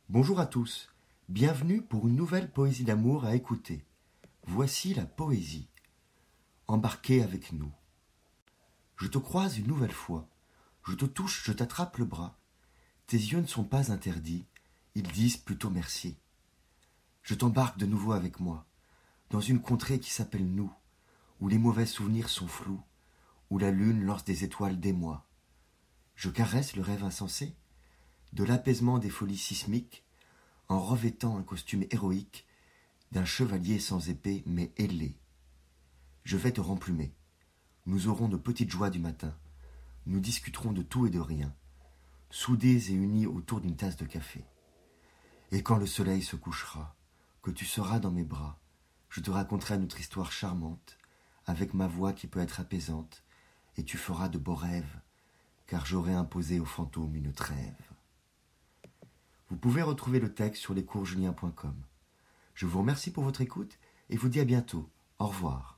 Bonjour à tous, bienvenue pour une nouvelle poésie d'amour à écouter. Voici la poésie. Embarquez avec nous. Je te croise une nouvelle fois, je te touche, je t'attrape le bras. Tes yeux ne sont pas interdits, ils disent plutôt merci. Je t'embarque de nouveau avec moi, dans une contrée qui s'appelle nous, où les mauvais souvenirs sont flous, où la lune lance des étoiles d'émoi. Je caresse le rêve insensé, de l'apaisement des folies sismiques, en revêtant un costume héroïque d'un chevalier sans épée mais ailé. Je vais te remplumer. Nous aurons nos petites joies du matin. Nous discuterons de tout et de rien, soudés et unis autour d'une tasse de café. Et quand le soleil se couchera, que tu seras dans mes bras, je te raconterai notre histoire charmante, avec ma voix qui peut être apaisante, et tu feras de beaux rêves, car j'aurai imposé aux fantômes une trêve. Vous pouvez retrouver le texte sur lescoursjulien.com. Je vous remercie pour votre écoute et vous dis à bientôt. Au revoir.